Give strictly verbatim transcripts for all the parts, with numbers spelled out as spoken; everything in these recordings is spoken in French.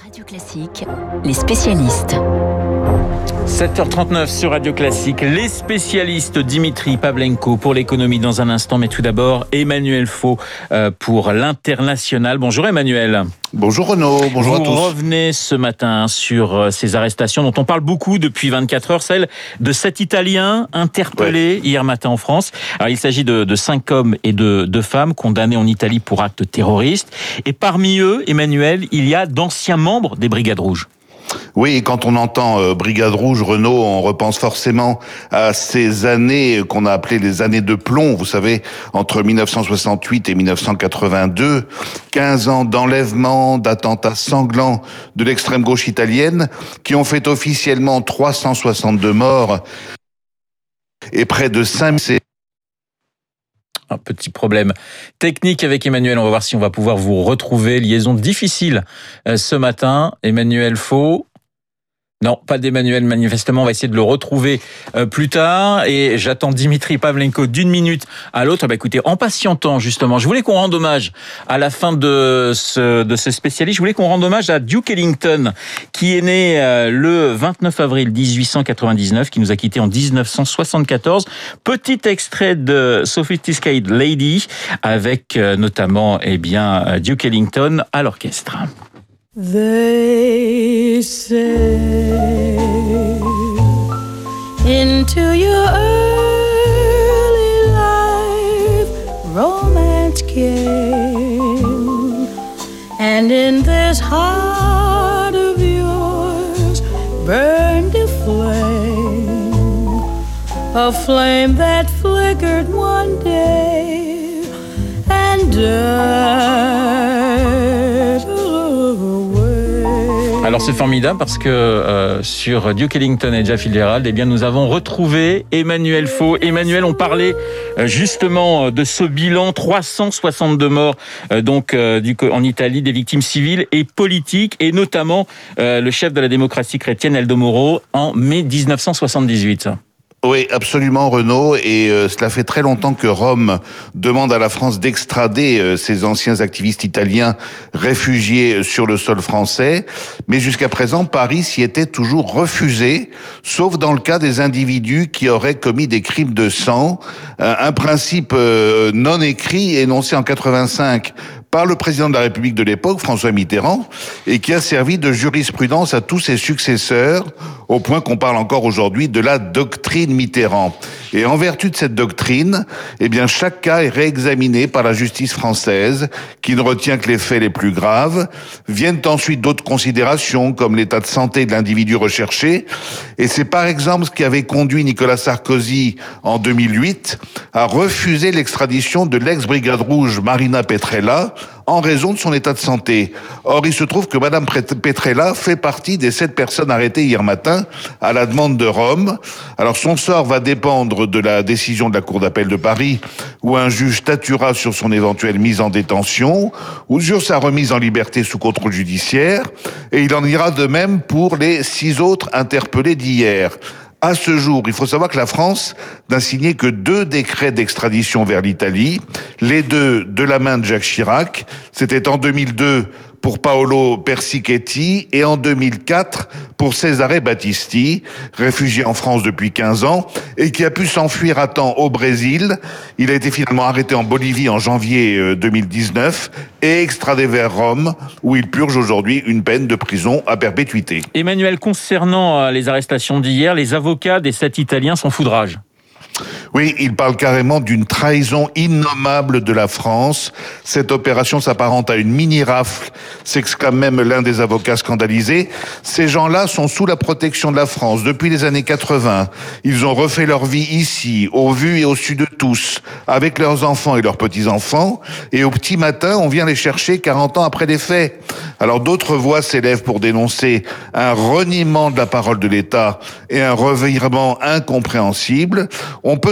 Radio Classique, les spécialistes. sept heures trente-neuf sur Radio Classique, les spécialistes Dimitri Pavlenko pour l'économie dans un instant, mais tout d'abord Emmanuel Faux pour l'international. Bonjour Emmanuel. Bonjour Renaud, bonjour Vous à tous. Vous revenez ce matin sur ces arrestations dont on parle beaucoup depuis vingt-quatre heures, celle de cet Italien interpellé ouais. hier matin en France. Alors il s'agit de, de cinq hommes et de deux femmes condamnés en Italie pour actes terroristes. Et parmi eux, Emmanuel, il y a d'anciens membres des Brigades Rouges. Oui, et quand on entend euh, Brigade Rouge, Renaud, on repense forcément à ces années qu'on a appelées les années de plomb, vous savez, entre dix-neuf cent soixante-huit et dix-neuf cent quatre-vingt-deux, quinze ans d'enlèvement, d'attentats sanglants de l'extrême gauche italienne, qui ont fait officiellement trois cent soixante-deux morts et près de cinq mille... Un petit problème technique avec Emmanuel. On va voir si on va pouvoir vous retrouver. Liaison difficile ce matin. Emmanuel Faux. Non, pas d'Emmanuel, manifestement. On va essayer de le retrouver euh, plus tard. Et j'attends Dimitri Pavlenko d'une minute à l'autre. Bah, écoutez, en patientant, justement, je voulais qu'on rende hommage à la fin de ce, de ce spécialiste. Je voulais qu'on rende hommage à Duke Ellington, qui est né euh, le vingt-neuf avril dix-huit cent quatre-vingt-dix-neuf, qui nous a quittés en dix-neuf cent soixante-quatorze. Petit extrait de Sophisticated Lady, avec euh, notamment, eh bien, Duke Ellington à l'orchestre. They say into your early life romance came, and in this heart of yours burned a flame, a flame that flickered one day and died. Alors c'est formidable parce que euh, sur Duke Ellington et Ella Fitzgerald, eh bien nous avons retrouvé Emmanuel Faux. Emmanuel, on parlait euh, justement de ce bilan, trois cent soixante-deux morts euh, donc euh, du, en Italie, des victimes civiles et politiques, et notamment euh, le chef de la démocratie chrétienne, Aldo Moro, en mai dix-neuf cent soixante-dix-huit. Oui, absolument, Renaud. Et euh, cela fait très longtemps que Rome demande à la France d'extrader euh, ces anciens activistes italiens réfugiés sur le sol français. Mais jusqu'à présent, Paris s'y était toujours refusé, sauf dans le cas des individus qui auraient commis des crimes de sang. Euh, un principe euh, non écrit énoncé en quatre-vingt-cinq par le président de la République de l'époque, François Mitterrand, et qui a servi de jurisprudence à tous ses successeurs, au point qu'on parle encore aujourd'hui de la doctrine Mitterrand. Et en vertu de cette doctrine, eh bien, chaque cas est réexaminé par la justice française, qui ne retient que les faits les plus graves. Viennent ensuite d'autres considérations, comme l'état de santé de l'individu recherché. Et c'est par exemple ce qui avait conduit Nicolas Sarkozy, en deux mille huit, à refuser l'extradition de l'ex-brigade rouge Marina Petrella, en raison de son état de santé. Or, il se trouve que Madame Petrella fait partie des sept personnes arrêtées hier matin à la demande de Rome. Alors, son sort va dépendre de la décision de la Cour d'appel de Paris, où un juge statuera sur son éventuelle mise en détention ou sur sa remise en liberté sous contrôle judiciaire. Et il en ira de même pour les six autres interpellés d'hier. À ce jour, il faut savoir que la France n'a signé que deux décrets d'extradition vers l'Italie, les deux de la main de Jacques Chirac. C'était en deux mille deux pour Paolo Persichetti et en deux mille quatre pour Cesare Battisti, réfugié en France depuis quinze ans et qui a pu s'enfuir à temps au Brésil. Il a été finalement arrêté en Bolivie en janvier deux mille dix-neuf et extradé vers Rome, où il purge aujourd'hui une peine de prison à perpétuité. Emmanuel, concernant les arrestations d'hier, les avocats des sept Italiens s'en foudragent. Oui, il parle carrément d'une trahison innommable de la France. Cette opération s'apparente à une mini-rafle, s'exclame même l'un des avocats scandalisés. Ces gens-là sont sous la protection de la France depuis les années quatre-vingts. Ils ont refait leur vie ici, au vu et au su de tous, avec leurs enfants et leurs petits-enfants. Et au petit matin, on vient les chercher quarante ans après les faits. Alors d'autres voix s'élèvent pour dénoncer un reniement de la parole de l'État et un revirement incompréhensible. On peut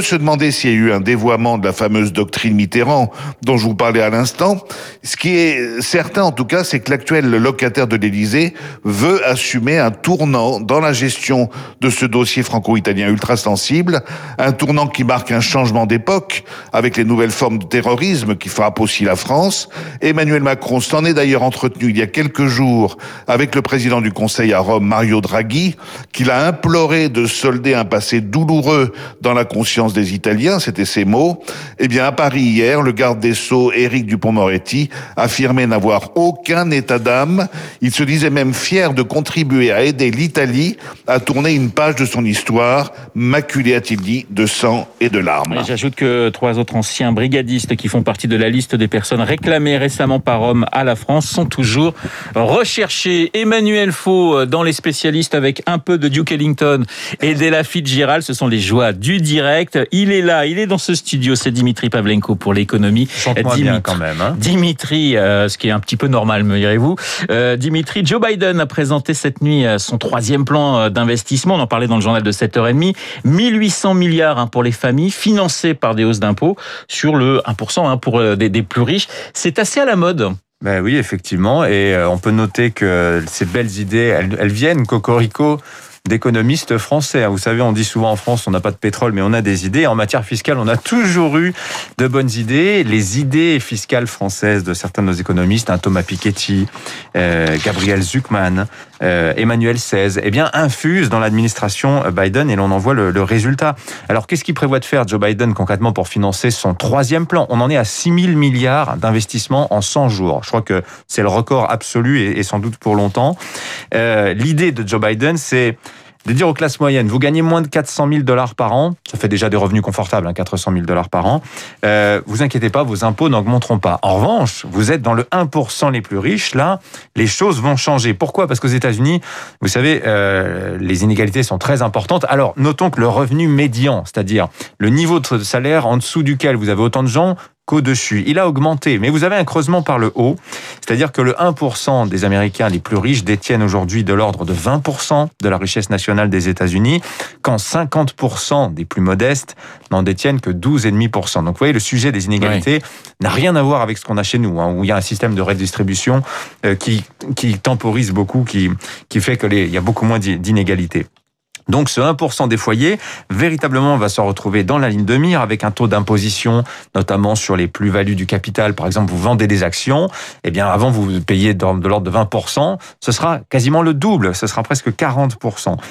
se demander s'il y a eu un dévoiement de la fameuse doctrine Mitterrand dont je vous parlais à l'instant. Ce qui est certain, en tout cas, c'est que l'actuel locataire de l'Élysée veut assumer un tournant dans la gestion de ce dossier franco-italien ultra sensible, un tournant qui marque un changement d'époque avec les nouvelles formes de terrorisme qui frappent aussi la France. Emmanuel Macron s'en est d'ailleurs entretenu il y a quelques jours avec le président du Conseil à Rome, Mario Draghi, qui l'a imploré de solder un passé douloureux dans la conscience des Italiens, c'était ses mots. Eh bien, à Paris hier, le garde des Sceaux, Éric Dupond-Moretti, affirmait n'avoir aucun état d'âme. Il se disait même fier de contribuer à aider l'Italie à tourner une page de son histoire, maculée, a-t-il dit, de sang et de larmes. Et j'ajoute que trois autres anciens brigadistes qui font partie de la liste des personnes réclamées récemment par Rome à la France sont toujours recherchés. Emmanuel Faux dans Les Spécialistes avec un peu de Duke Ellington et d'Ella Fitzgerald. Ce sont les joies du direct. Il est là, il est dans ce studio. C'est Dimitri Pavlenko pour l'économie. Chante-moi Dimitri, bien quand même. Hein. Dimitri, euh, ce qui est un petit peu normal, me direz-vous. Euh, Dimitri, Joe Biden a présenté cette nuit son troisième plan d'investissement. On en parlait dans le journal de sept heures trente. mille huit cents milliards hein, pour les familles, financés par des hausses d'impôts sur le un pour cent hein, pour des, des plus riches. C'est assez à la mode. Ben oui, effectivement. Et on peut noter que ces belles idées, elles, elles viennent, cocorico, d'économistes français. Vous savez, on dit souvent en France, on n'a pas de pétrole, mais on a des idées. En matière fiscale, on a toujours eu de bonnes idées. Les idées fiscales françaises de certains de nos économistes, hein, Thomas Piketty, euh, Gabriel Zucman, euh, Emmanuel Saez, eh bien, infusent dans l'administration Biden et l'on en voit le, le résultat. Alors, qu'est-ce qu'il prévoit de faire, Joe Biden, concrètement, pour financer son troisième plan? On en est à six mille milliards d'investissements en cent jours. Je crois que c'est le record absolu et, et sans doute pour longtemps. Euh, l'idée de Joe Biden, c'est de dire aux classes moyennes, vous gagnez moins de quatre cent mille dollars par an, ça fait déjà des revenus confortables, hein, quatre cent mille dollars par an, euh, vous inquiétez pas, vos impôts n'augmenteront pas. En revanche, vous êtes dans le un pour cent les plus riches, là, les choses vont changer. Pourquoi ? Parce qu'aux États-Unis, vous savez, euh, les inégalités sont très importantes. Alors, notons que le revenu médian, c'est-à-dire le niveau de salaire en dessous duquel vous avez autant de gens qu'au-dessus, il a augmenté, mais vous avez un creusement par le haut, c'est-à-dire que le un pour cent des Américains les plus riches détiennent aujourd'hui de l'ordre de vingt pour cent de la richesse nationale des États-Unis, quand cinquante pour cent des plus modestes n'en détiennent que douze virgule cinq pour cent. Donc vous voyez, le sujet des inégalités oui. n'a rien à voir avec ce qu'on a chez nous, hein, où il y a un système de redistribution euh, qui, qui temporise beaucoup, qui, qui fait qu'il y a beaucoup moins d'inégalités. Donc ce un pour cent des foyers, véritablement, va se retrouver dans la ligne de mire avec un taux d'imposition, notamment sur les plus-values du capital. Par exemple, vous vendez des actions, eh bien avant vous payez de l'ordre de vingt pour cent, ce sera quasiment le double, ce sera presque quarante pour cent.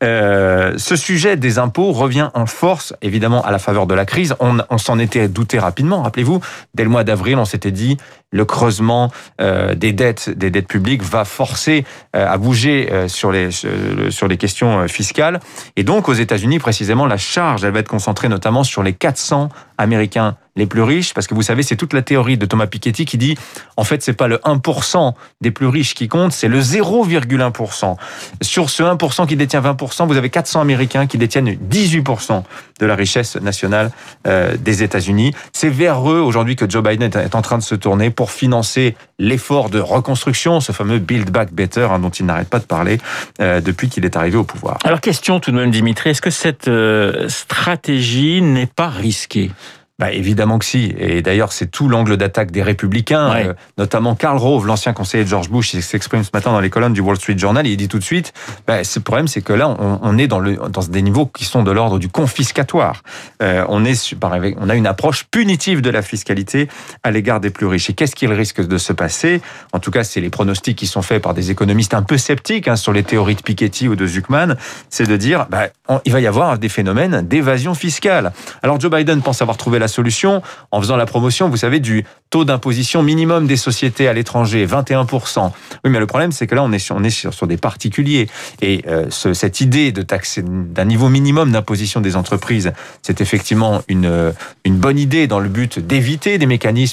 Euh, ce sujet des impôts revient en force, évidemment, à la faveur de la crise. On, on s'en était douté rapidement, rappelez-vous, dès le mois d'avril, on s'était dit le creusement euh, des dettes, des dettes publiques va forcer euh, à bouger euh, sur les sur les questions fiscales. Et donc, aux États-Unis, précisément, la charge, elle va être concentrée notamment sur les quatre cents Américains les plus riches, parce que vous savez, c'est toute la théorie de Thomas Piketty qui dit, en fait, c'est pas le un pour cent des plus riches qui compte, c'est le zéro virgule un pour cent. Sur ce un pour cent qui détient vingt pour cent, vous avez quatre cents Américains qui détiennent dix-huit pour cent de la richesse nationale euh, des États-Unis. C'est vers eux, aujourd'hui, que Joe Biden est en train de se tourner pour financer l'effort de reconstruction, ce fameux Build Back Better, hein, dont il n'arrête pas de parler euh, depuis qu'il est arrivé au pouvoir. Alors, question tout de même, Dimitri, est-ce que cette euh, stratégie n'est pas risquée ? Bah, évidemment que si. Et d'ailleurs, c'est tout l'angle d'attaque des Républicains, ouais. euh, notamment Karl Rove, l'ancien conseiller de George Bush, il s'exprime ce matin dans les colonnes du Wall Street Journal, et il dit tout de suite, bah, ce problème, c'est que là, on, on est dans, le, dans des niveaux qui sont de l'ordre du confiscatoire. Euh, on, est, on a une approche punitive de la fiscalité à l'égard des plus riches. Et qu'est-ce qu'il risque de se passer ? En tout cas, c'est les pronostics qui sont faits par des économistes un peu sceptiques hein, sur les théories de Piketty ou de Zucman, c'est de dire, bah, on, il va y avoir des phénomènes d'évasion fiscale. Alors Joe Biden pense avoir trouvé la solution en faisant la promotion, vous savez, du taux d'imposition minimum des sociétés à l'étranger, vingt et un pour cent. Oui, mais le problème, c'est que là, on est sur, on est sur, sur des particuliers. Et euh, ce, cette idée de taxer d'un niveau minimum d'imposition des entreprises, c'est effectivement une, une bonne idée dans le but d'éviter des mécanismes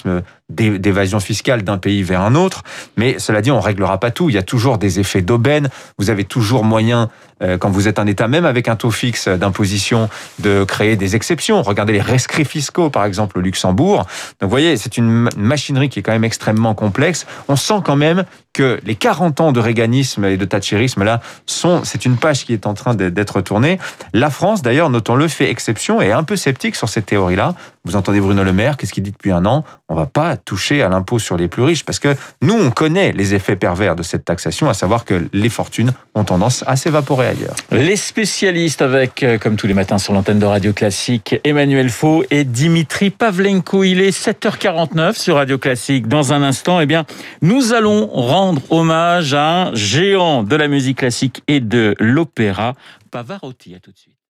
d'évasion fiscale d'un pays vers un autre. Mais cela dit, on réglera pas tout. Il y a toujours des effets d'aubaine. Vous avez toujours moyen, euh, quand vous êtes un État, même avec un taux fixe d'imposition, de créer des exceptions. Regardez les rescrits fiscaux, par exemple, au Luxembourg. Donc, vous voyez, c'est une machinerie qui est quand même extrêmement complexe. On sent quand même que les quarante ans de réganisme et de thatchérisme, là, sont, c'est une page qui est en train d'être tournée. La France, d'ailleurs, notons-le, fait exception et est un peu sceptique sur cette théorie-là. Vous entendez Bruno Le Maire, qu'est-ce qu'il dit depuis un an? On va pas toucher à l'impôt sur les plus riches parce que nous, on connaît les effets pervers de cette taxation, à savoir que les fortunes ont tendance à s'évaporer ailleurs. Les spécialistes avec, comme tous les matins sur l'antenne de Radio Classique, Emmanuel Faux et Dimitri Pavlenko. Il est sept heures quarante-neuf sur Radio Classique. Dans un instant, eh bien, nous allons rendre hommage à un géant de la musique classique et de l'opéra, Pavarotti. À tout de suite.